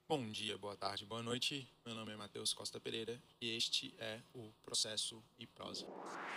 Bom dia, boa tarde, boa noite. Meu nome é Matheus Costa Pereira e este é o Processo e Prosa.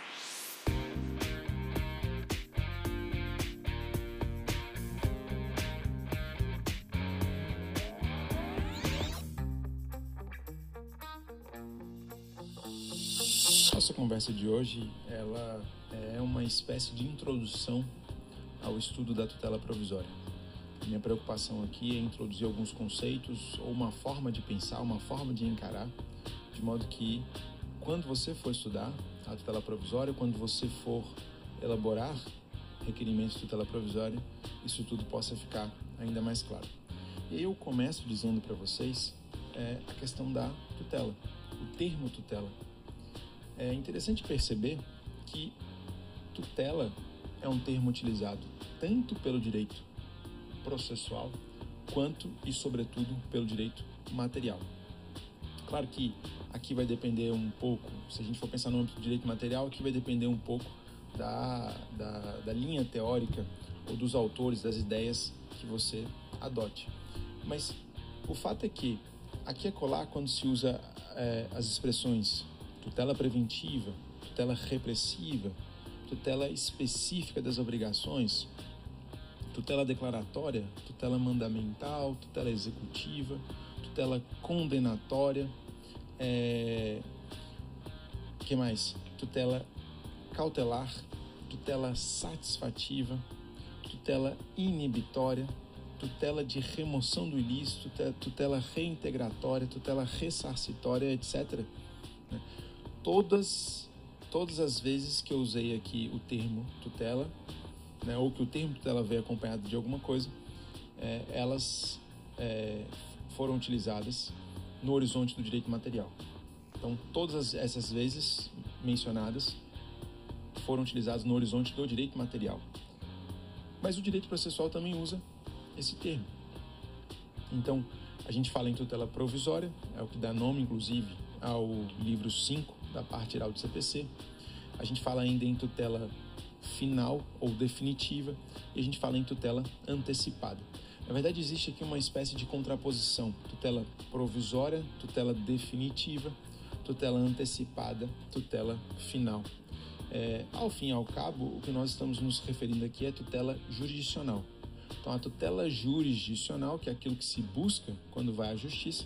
Nossa conversa de hoje, ela é uma espécie de introdução ao estudo da tutela provisória. Minha preocupação aqui é introduzir alguns conceitos ou uma forma de pensar, uma forma de encarar, de modo que quando você for estudar a tutela provisória, quando você for elaborar requerimentos de tutela provisória, isso tudo possa ficar ainda mais claro. E eu começo dizendo para vocês a questão da tutela, o termo tutela. É interessante perceber que tutela é um termo utilizado tanto pelo direito processual quanto e sobretudo pelo direito material. Claro que aqui vai depender um pouco, se a gente for pensar no âmbito do direito material, aqui vai depender um pouco da linha teórica ou dos autores, das ideias que você adote. Mas o fato é que aqui e acolá, quando se usa as expressões tutela preventiva, tutela repressiva, tutela específica das obrigações, tutela declaratória, tutela mandamental, tutela executiva, tutela condenatória, que mais? Tutela cautelar, tutela satisfativa, tutela inibitória, tutela de remoção do ilícito, tutela reintegratória, tutela ressarcitória, etc. Todas as vezes que eu usei aqui o termo tutela, ou que o termo tutela veio acompanhado de alguma coisa, elas foram utilizadas no horizonte do direito material. Então, todas essas vezes mencionadas foram utilizadas no horizonte do direito material. Mas o direito processual também usa esse termo. Então, a gente fala em tutela provisória, é o que dá nome, inclusive, ao livro 5 da parte geral do CPC. A gente fala ainda em tutela final ou definitiva e a gente fala em tutela antecipada. Na verdade, existe aqui uma espécie de contraposição: tutela provisória, tutela definitiva, tutela antecipada, tutela final. Ao fim e ao cabo, o que nós estamos nos referindo aqui é tutela jurisdicional. Então, a tutela jurisdicional, que é aquilo que se busca quando vai à justiça,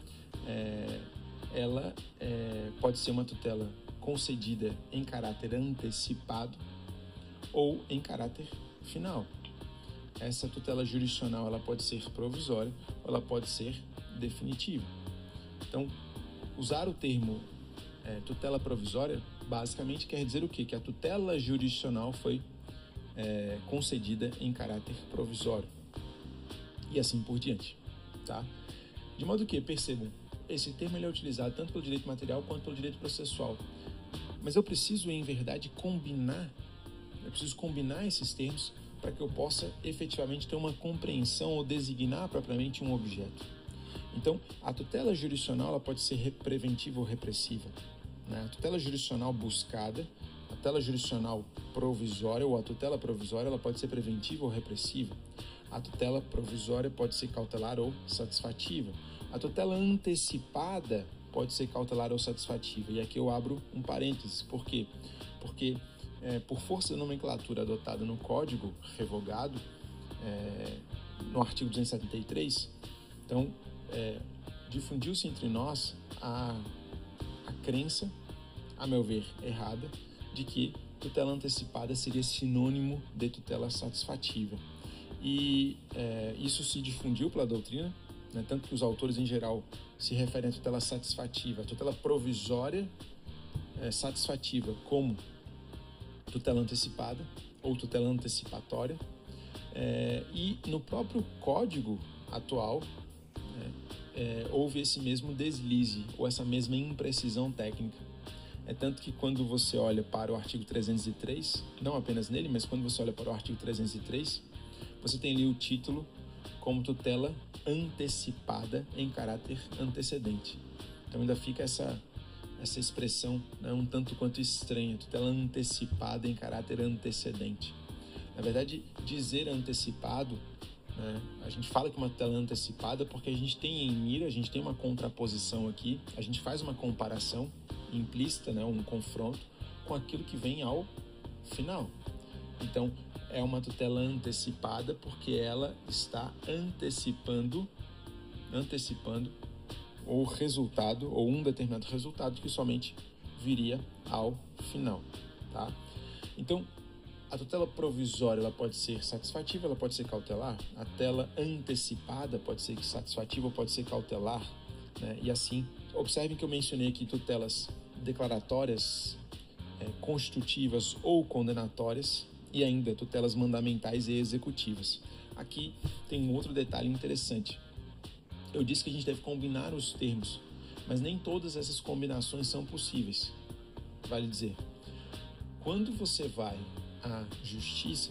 ela pode ser uma tutela concedida em caráter antecipado ou em caráter final. Essa tutela jurisdicional ela pode ser provisória ou ela pode ser definitiva. Então, usar o termo tutela provisória basicamente quer dizer o quê? Que a tutela jurisdicional foi concedida em caráter provisório e assim por diante, tá? De modo que, percebam, esse termo ele é utilizado tanto pelo direito material quanto pelo direito processual, mas eu preciso, em verdade, combinar esses termos para que eu possa efetivamente ter uma compreensão ou designar propriamente um objeto. Então, a tutela jurisdicional ela pode ser preventiva ou repressiva, né? A tutela jurisdicional buscada, a tutela jurisdicional provisória ou a tutela provisória ela pode ser preventiva ou repressiva. A tutela provisória pode ser cautelar ou satisfativa. A tutela antecipada pode ser cautelar ou satisfativa. E aqui eu abro um parênteses. Por quê? Porque por força da nomenclatura adotada no Código revogado, no artigo 273, então difundiu-se entre nós a crença, a meu ver, errada, de que tutela antecipada seria sinônimo de tutela satisfativa. E isso se difundiu pela doutrina, né, tanto que os autores em geral se referem à tutela satisfativa, a tutela provisória satisfativa como tutela antecipada ou tutela antecipatória, e no próprio código atual houve esse mesmo deslize ou essa mesma imprecisão técnica. Tanto que quando você olha para o artigo 303, não apenas nele, mas quando você olha para o artigo 303, você tem ali o título como tutela antecipada em caráter antecedente. Então ainda fica essa expressão, né, um tanto quanto estranha, tutela antecipada em caráter antecedente. Na verdade, dizer antecipado né? A gente fala que uma tutela antecipada porque a gente tem em mira, a gente tem uma contraposição aqui, a gente faz uma comparação implícita, né? Um confronto com aquilo que vem ao final. Então, é uma tutela antecipada porque ela está antecipando o resultado ou um determinado resultado que somente viria ao final, tá? Então, a tutela provisória ela pode ser satisfativa, ela pode ser cautelar. A tutela antecipada pode ser satisfativa ou pode ser cautelar, né? E assim, observem que eu mencionei aqui tutelas declaratórias, constitutivas ou condenatórias e ainda tutelas mandamentais e executivas. Aqui tem um outro detalhe interessante. Eu disse que a gente deve combinar os termos, mas nem todas essas combinações são possíveis. Vale dizer, quando você vai à justiça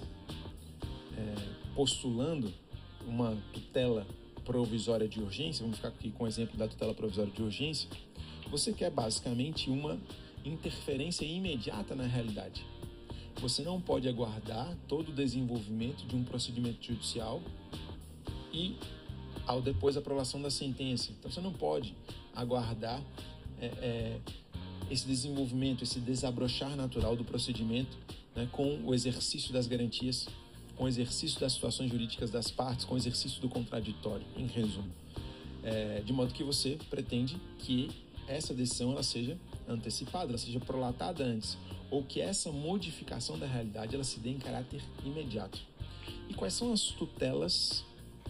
postulando uma tutela provisória de urgência, vamos ficar aqui com o exemplo da tutela provisória de urgência, você quer basicamente uma interferência imediata na realidade. Você não pode aguardar todo o desenvolvimento de um procedimento judicial e ao depois da aprovação da sentença. Então você não pode aguardar esse desenvolvimento, esse desabrochar natural do procedimento, né, com o exercício das garantias, com o exercício das situações jurídicas das partes, com o exercício do contraditório, em resumo. De modo que você pretende que essa decisão ela seja antecipada, ela seja prolatada antes, ou que essa modificação da realidade ela se dê em caráter imediato. E quais são as tutelas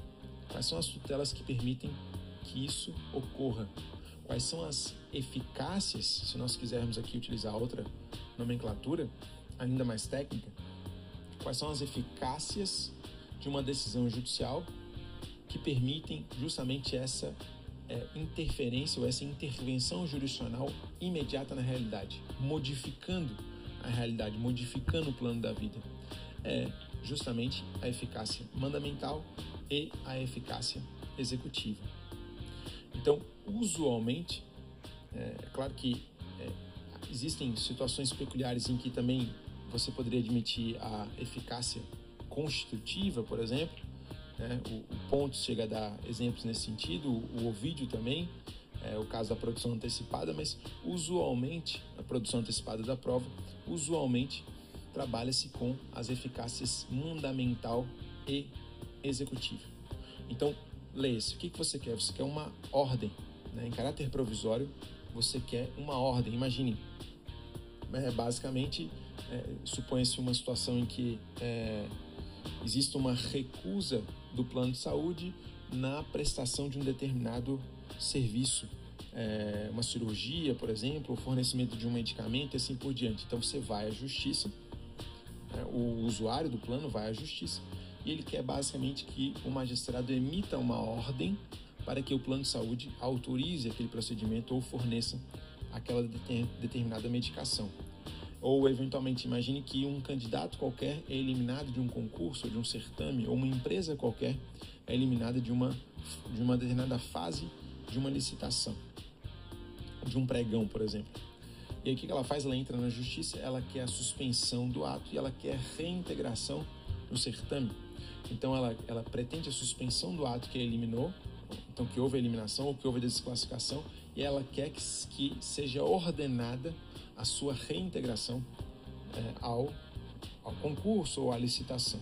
que permitem que isso ocorra? Quais são as eficácias, se nós quisermos aqui utilizar outra nomenclatura, ainda mais técnica, quais são as eficácias de uma decisão judicial que permitem justamente essa interferência ou essa intervenção jurisdicional imediata na realidade, modificando a realidade, modificando o plano da vida? Justamente a eficácia mandamental e a eficácia executiva. Então, usualmente, claro que existem situações peculiares em que também você poderia admitir a eficácia constitutiva, por exemplo, né? O Pontes chega a dar exemplos nesse sentido, o Ovídio também, o caso da produção antecipada, mas usualmente, a produção antecipada da prova, usualmente trabalha-se com as eficácias mandamental e executiva. Então, leia-se, o que você quer? Você quer uma ordem, né? Em caráter provisório, você quer uma ordem. Imagine, basicamente, suponha-se uma situação em que existe uma recusa do plano de saúde na prestação de um determinado serviço, uma cirurgia, por exemplo, o fornecimento de um medicamento e assim por diante. Então você vai à justiça, o usuário do plano vai à justiça e ele quer basicamente que o magistrado emita uma ordem para que o plano de saúde autorize aquele procedimento ou forneça aquela determinada medicação. Ou, eventualmente, imagine que um candidato qualquer é eliminado de um concurso, de um certame, ou uma empresa qualquer é eliminada de uma determinada fase de uma licitação, de um pregão, por exemplo. E aí o que ela faz? Ela entra na justiça, ela quer a suspensão do ato e ela quer reintegração no certame. Então ela pretende a suspensão do ato que eliminou, então que houve a eliminação ou que houve a desclassificação, e ela quer que seja ordenada a sua reintegração ao concurso ou à licitação.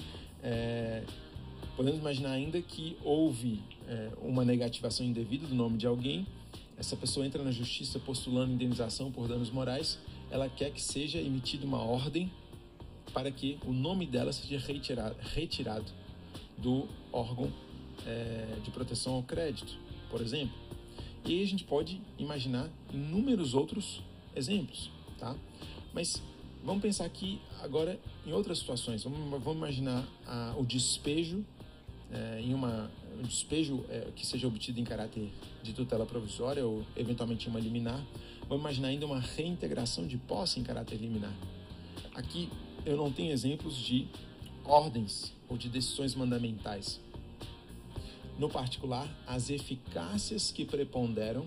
Podemos imaginar ainda que houve uma negativação indevida do nome de alguém, essa pessoa entra na justiça postulando indenização por danos morais, ela quer que seja emitida uma ordem para que o nome dela seja retirado do órgão de proteção ao crédito, por exemplo. E aí a gente pode imaginar inúmeros outros exemplos, tá? Mas vamos pensar aqui agora em outras situações. Vamos imaginar o despejo um despejo que seja obtido em caráter de tutela provisória ou eventualmente uma liminar. Vamos imaginar ainda uma reintegração de posse em caráter liminar. Aqui eu não tenho exemplos de ordens ou de decisões mandamentais. No particular, as eficácias que preponderam,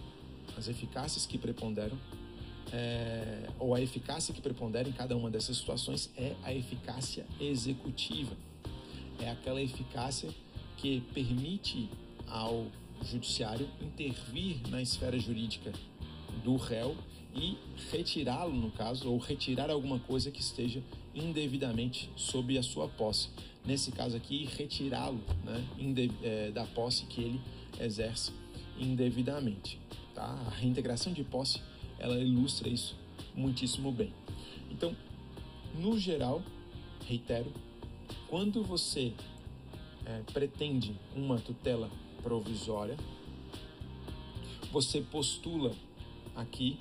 ou a eficácia que prepondera em cada uma dessas situações é a eficácia executiva. é aquela eficácia que permite ao judiciário intervir na esfera jurídica do réu e retirá-lo, no caso, ou retirar alguma coisa que esteja indevidamente sob a sua posse. Nesse caso aqui, retirá-lo, né, da posse que ele exerce indevidamente. Tá? A reintegração de posse, ela ilustra isso muitíssimo bem. Então, no geral, reitero, quando você pretende uma tutela provisória, você postula aqui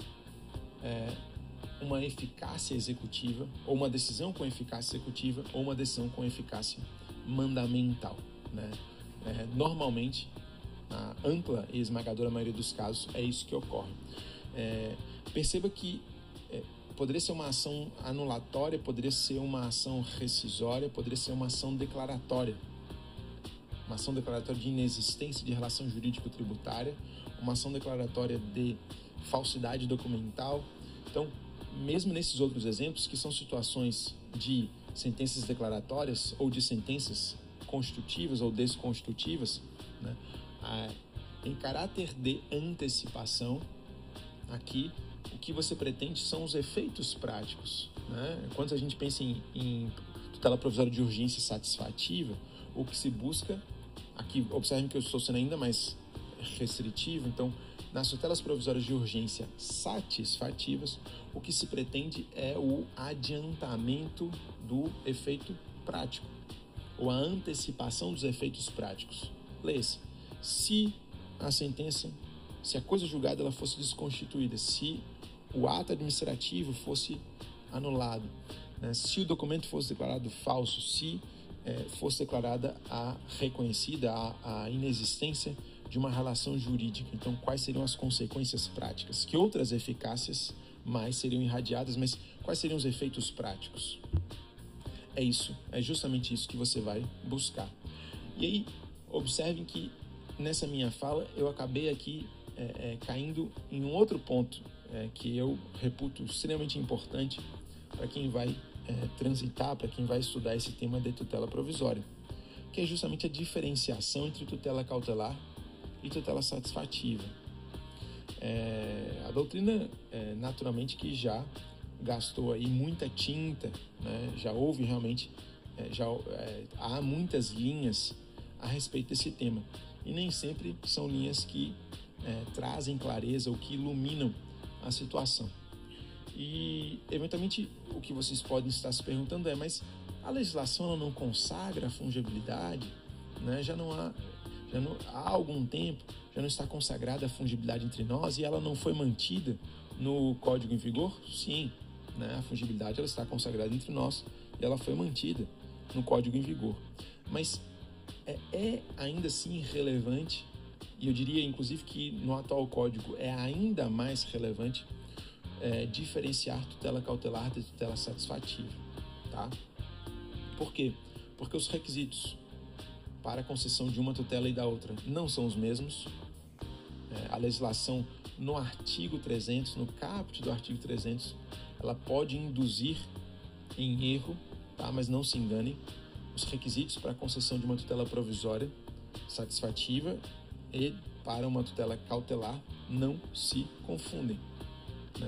uma eficácia executiva, ou uma decisão com eficácia executiva, ou uma decisão com eficácia mandamental, né? Normalmente, na ampla e esmagadora maioria dos casos, é isso que ocorre. Perceba que poderia ser uma ação anulatória, poderia ser uma ação rescisória, poderia ser uma ação declaratória. Uma ação declaratória de inexistência de relação jurídico-tributária, uma ação declaratória de falsidade documental. Então, mesmo nesses outros exemplos, que são situações de sentenças declaratórias ou de sentenças constitutivas ou desconstitutivas, né, em caráter de antecipação, aqui o que você pretende são os efeitos práticos, né? Quando a gente pensa em tutela provisória de urgência satisfativa, o que se busca, aqui observem que eu estou sendo ainda mais restritivo, então nas tutelas provisórias de urgência satisfativas, o que se pretende é o adiantamento do efeito prático, ou a antecipação dos efeitos práticos. Leia-se, se a sentença, se a coisa julgada ela fosse desconstituída, se o ato administrativo fosse anulado, né, se o documento fosse declarado falso, se fosse declarada reconhecida a inexistência de uma relação jurídica. Então, quais seriam as consequências práticas? Que outras eficácias mais seriam irradiadas, mas quais seriam os efeitos práticos? É justamente isso que você vai buscar. E aí, observem que nessa minha fala eu acabei aqui caindo em um outro ponto que eu reputo extremamente importante para quem vai transitar, para quem vai estudar esse tema de tutela provisória, que é justamente a diferenciação entre tutela cautelar e tutela satisfativa. A doutrina, naturalmente, que já gastou aí muita tinta, né? Já houve realmente, há muitas linhas a respeito desse tema, e nem sempre são linhas que trazem clareza ou que iluminam a situação. E, eventualmente, o que vocês podem estar se perguntando mas a legislação ela não consagra a fungibilidade, né? Há algum tempo já não está consagrada a fungibilidade entre nós e ela não foi mantida no Código em vigor? Sim, né? A fungibilidade ela está consagrada entre nós e ela foi mantida no Código em vigor. Mas é ainda assim relevante, e eu diria inclusive que no atual Código é ainda mais relevante diferenciar tutela cautelar de tutela satisfativa, tá? Por quê? Porque os requisitos para a concessão de uma tutela e da outra não são os mesmos. A legislação no artigo 300, no caput do artigo 300, ela pode induzir em erro, tá? Mas não se enganem, os requisitos para a concessão de uma tutela provisória satisfativa e para uma tutela cautelar não se confundem, né?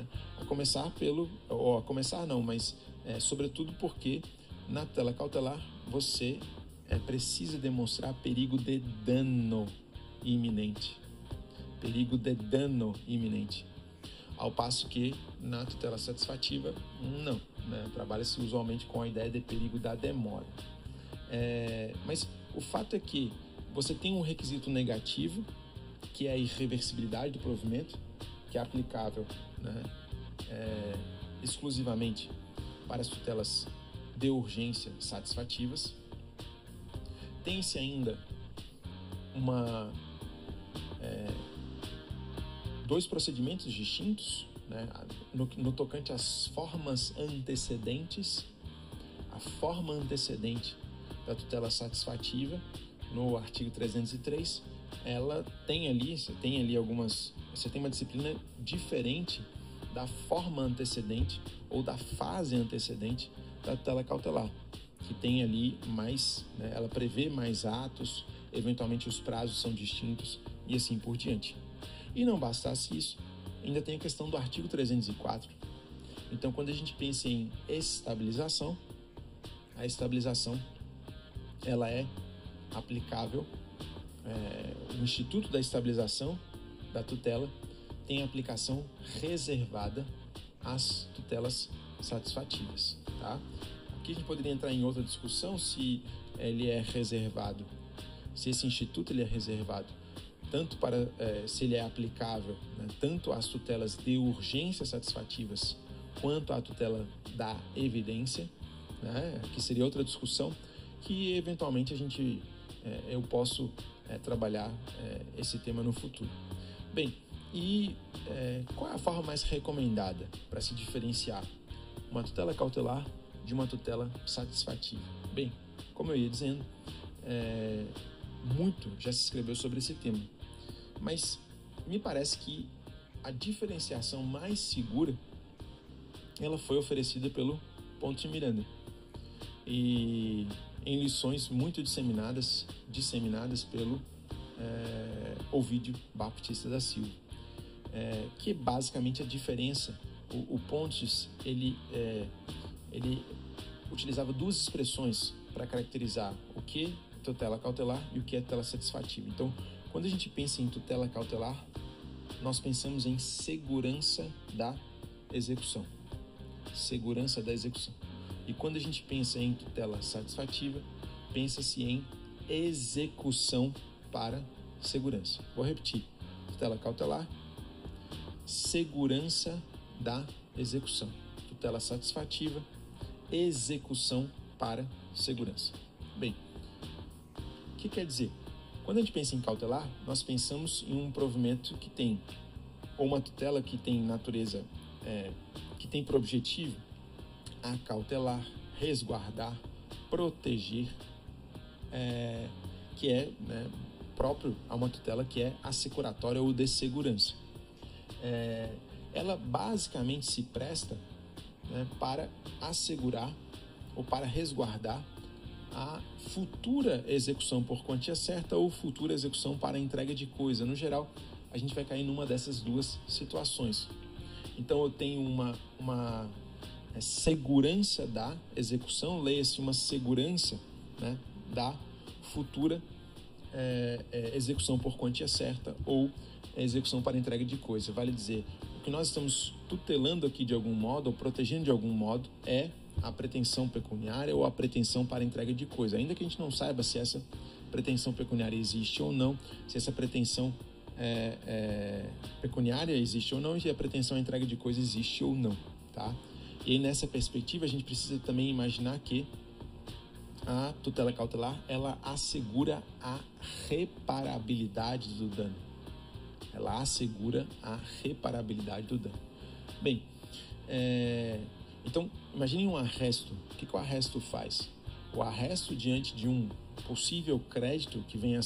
Sobretudo porque na tutela cautelar você precisa demonstrar perigo de dano iminente. Perigo de dano iminente. Ao passo que na tutela satisfativa, não, né? Trabalha-se usualmente com a ideia de perigo da demora. Mas o fato é que você tem um requisito negativo, que é a irreversibilidade do provimento, que é aplicável, né, exclusivamente para as tutelas de urgência satisfativas. Tem-se ainda dois procedimentos distintos, né, no tocante às formas antecedentes. A forma antecedente da tutela satisfativa, no artigo 303, ela tem ali, você tem uma disciplina diferente da forma antecedente ou da fase antecedente da tutela cautelar. que tem ali mais, né, ela prevê mais atos, eventualmente os prazos são distintos e assim por diante. E não bastasse isso, ainda tem a questão do artigo 304. Então, quando a gente pensa em estabilização, a estabilização ela é aplicável, o Instituto da Estabilização da tutela tem aplicação reservada às tutelas satisfativas, tá? Aqui a gente poderia entrar em outra discussão se ele é reservado, se esse instituto ele é reservado tanto para, se ele é aplicável, né, tanto às tutelas de urgência satisfativas quanto à tutela da evidência, né, que seria outra discussão que eventualmente eu posso trabalhar esse tema no futuro. Bem, e qual é a forma mais recomendada para se diferenciar uma tutela cautelar de uma tutela satisfativa? Bem, como eu ia dizendo, muito já se escreveu sobre esse tema, mas me parece que a diferenciação mais segura ela foi oferecida pelo Pontes de Miranda e em lições muito disseminadas pelo Ovídio Baptista da Silva, que basicamente a diferença, o Pontes ele utilizava duas expressões para caracterizar o que é tutela cautelar e o que é tutela satisfativa. Então, quando a gente pensa em tutela cautelar, nós pensamos em segurança da execução. Segurança da execução. E quando a gente pensa em tutela satisfativa, pensa-se em execução para segurança. Vou repetir. Tutela cautelar, segurança da execução. Tutela satisfativa, execução para segurança. Bem, o que quer dizer? Quando a gente pensa em cautelar, nós pensamos em um provimento que tem, ou uma tutela que tem natureza, que tem por objetivo acautelar, resguardar, proteger, que é próprio a uma tutela que é assecuratória ou de segurança. Ela basicamente se presta para assegurar ou para resguardar a futura execução por quantia certa ou futura execução para entrega de coisa. No geral, a gente vai cair numa dessas duas situações. Então, eu tenho uma segurança da execução, leia-se uma segurança da futura execução por quantia certa ou execução para entrega de coisa. Vale dizer, o que nós estamos tutelando aqui de algum modo, ou protegendo de algum modo, é a pretensão pecuniária ou a pretensão para entrega de coisa. Ainda que a gente não saiba se essa pretensão pecuniária existe ou não, se essa pretensão pecuniária existe ou não, e se a pretensão à entrega de coisa existe ou não, tá? E aí, nessa perspectiva, a gente precisa também imaginar que a tutela cautelar, ela assegura a reparabilidade do dano. Ela assegura a reparabilidade do dano. Bem, então, imagine um arresto. O que o arresto faz? O arresto diante de um possível crédito que venha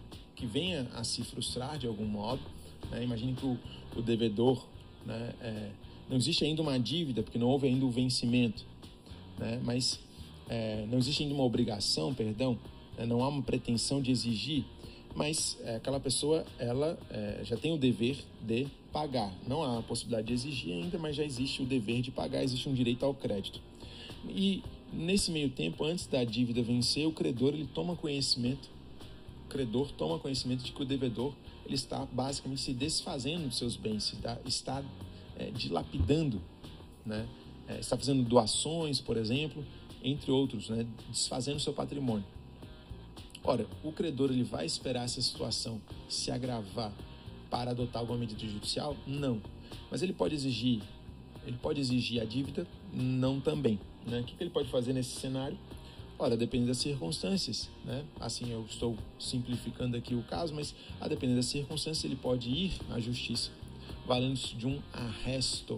a se frustrar de algum modo, imagine que o devedor, não existe ainda uma dívida, porque não houve ainda o vencimento, mas não existe ainda uma obrigação, não há uma pretensão de exigir, mas aquela pessoa ela já tem o dever de pagar. Não há a possibilidade de exigir ainda, mas já existe o dever de pagar, existe um direito ao crédito. E nesse meio tempo, antes da dívida vencer, o credor ele toma conhecimento de que o devedor ele está basicamente se desfazendo dos seus bens, está dilapidando, está fazendo doações, por exemplo, entre outros, desfazendo seu patrimônio. Ora, o credor ele vai esperar essa situação se agravar para adotar alguma medida judicial? Não. Mas ele pode exigir a dívida? Não também. O que ele pode fazer nesse cenário? Ora, depende das circunstâncias, Assim, eu estou simplificando aqui o caso, mas a depender das circunstâncias ele pode ir à justiça, valendo-se de um arresto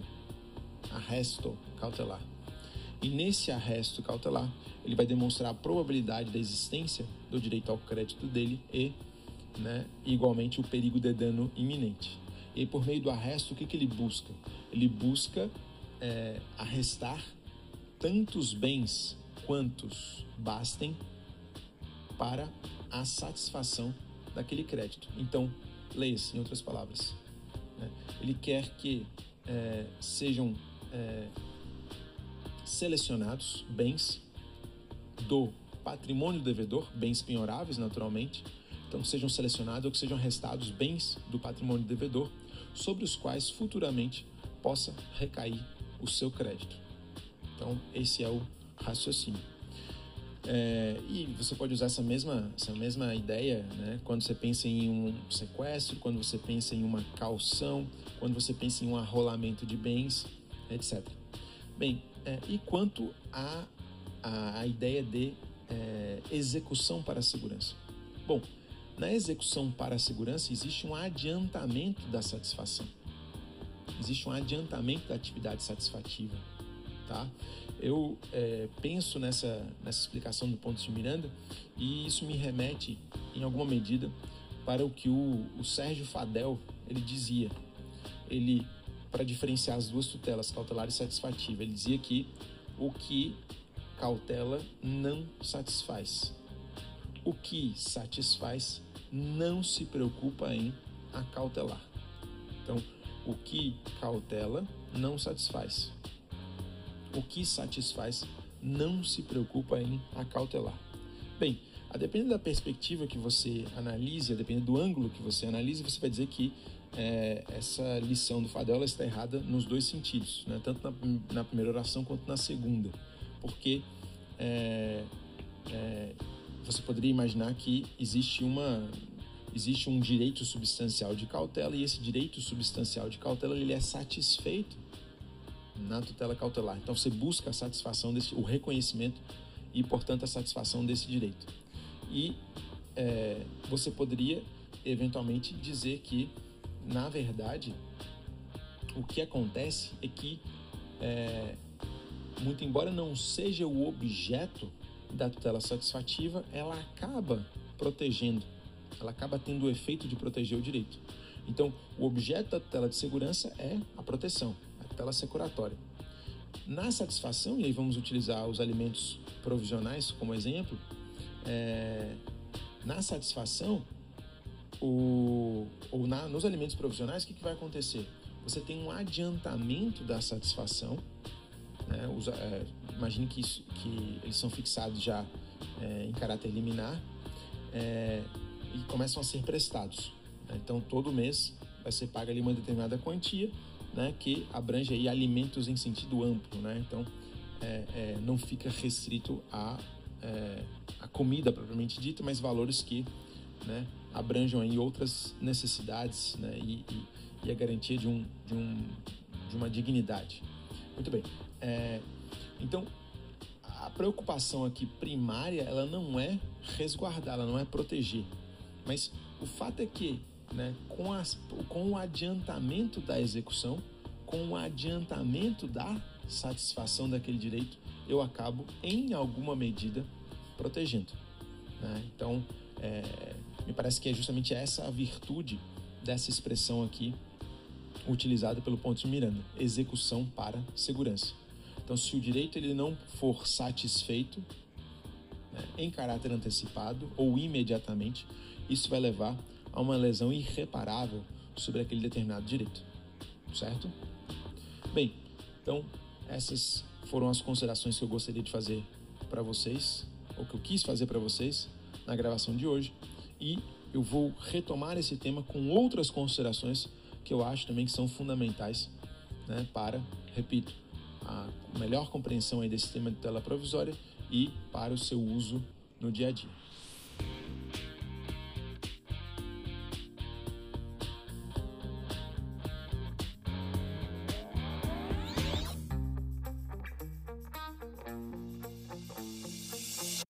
cautelar. E nesse arresto cautelar, ele vai demonstrar a probabilidade da existência do direito ao crédito dele e, igualmente, o perigo de dano iminente. E por meio do arresto, o que ele busca? Ele busca arrestar tantos bens quantos bastem para a satisfação daquele crédito. Então, leia-se, em outras palavras, né? Ele quer que sejam selecionados bens do patrimônio do devedor, bens penhoráveis naturalmente, então que sejam selecionados ou que sejam restados bens do patrimônio do devedor sobre os quais futuramente possa recair o seu crédito. Então esse é o raciocínio. E você pode usar essa mesma ideia, né, quando você pensa em um sequestro, quando você pensa em uma caução, quando você pensa em um arrolamento de bens, etc. Bem, e quanto à ideia de execução para a segurança? Bom, na execução para a segurança existe um adiantamento da satisfação. Existe um adiantamento da atividade satisfativa, tá? Eu penso nessa explicação do Pontes de Miranda e isso me remete, em alguma medida, para o que o Sérgio Fadel ele dizia. Ele, para diferenciar as duas tutelas, cautelar e satisfativa, ele dizia que o que cautela não satisfaz. O que satisfaz não se preocupa em acautelar. Então, o que cautela não satisfaz. O que satisfaz não se preocupa em acautelar. Bem, a depender da perspectiva que você analise, a depender do ângulo que você analise, você vai dizer que essa lição do Fadel está errada nos dois sentidos, né? Tanto na primeira oração quanto na segunda. Porque você poderia imaginar que existe um direito substancial de cautela e esse direito substancial de cautela ele é satisfeito na tutela cautelar. Então você busca a satisfação o reconhecimento e, portanto, a satisfação desse direito. E você poderia eventualmente dizer que, na verdade, o que acontece é que, muito embora não seja o objeto da tutela satisfativa, ela acaba protegendo, ela acaba tendo o efeito de proteger o direito. Então, o objeto da tutela de segurança é a proteção, a tutela securatória. Na satisfação, e aí vamos utilizar os alimentos provisionais como exemplo, na satisfação, nos alimentos provisionais, o que vai acontecer? Você tem um adiantamento da satisfação, né? Imagine que eles são fixados já em caráter liminar e começam a ser prestados. Então, todo mês vai ser paga ali uma determinada quantia, né, que abrange aí alimentos em sentido amplo, né? Então, não fica restrito à comida propriamente dita, mas valores que, né, abranjam aí outras necessidades, né, e a garantia de uma dignidade. Muito bem. Então, a preocupação aqui primária, ela não é resguardar, ela não é proteger. Mas o fato é que, né, com o adiantamento da execução, com o adiantamento da satisfação daquele direito, eu acabo, em alguma medida, protegendo, né? Então, me parece que é justamente essa a virtude dessa expressão aqui, utilizada pelo Pontes de Miranda, execução para segurança. Então, se o direito ele não for satisfeito, né, em caráter antecipado ou imediatamente, isso vai levar a uma lesão irreparável sobre aquele determinado direito, certo? Bem, então essas foram as considerações que eu gostaria de fazer para vocês, ou que eu quis fazer para vocês na gravação de hoje, e eu vou retomar esse tema com outras considerações que eu acho também que são fundamentais, né, para, repito, a melhor compreensão aí desse tema de tutela provisória e para o seu uso no dia a dia.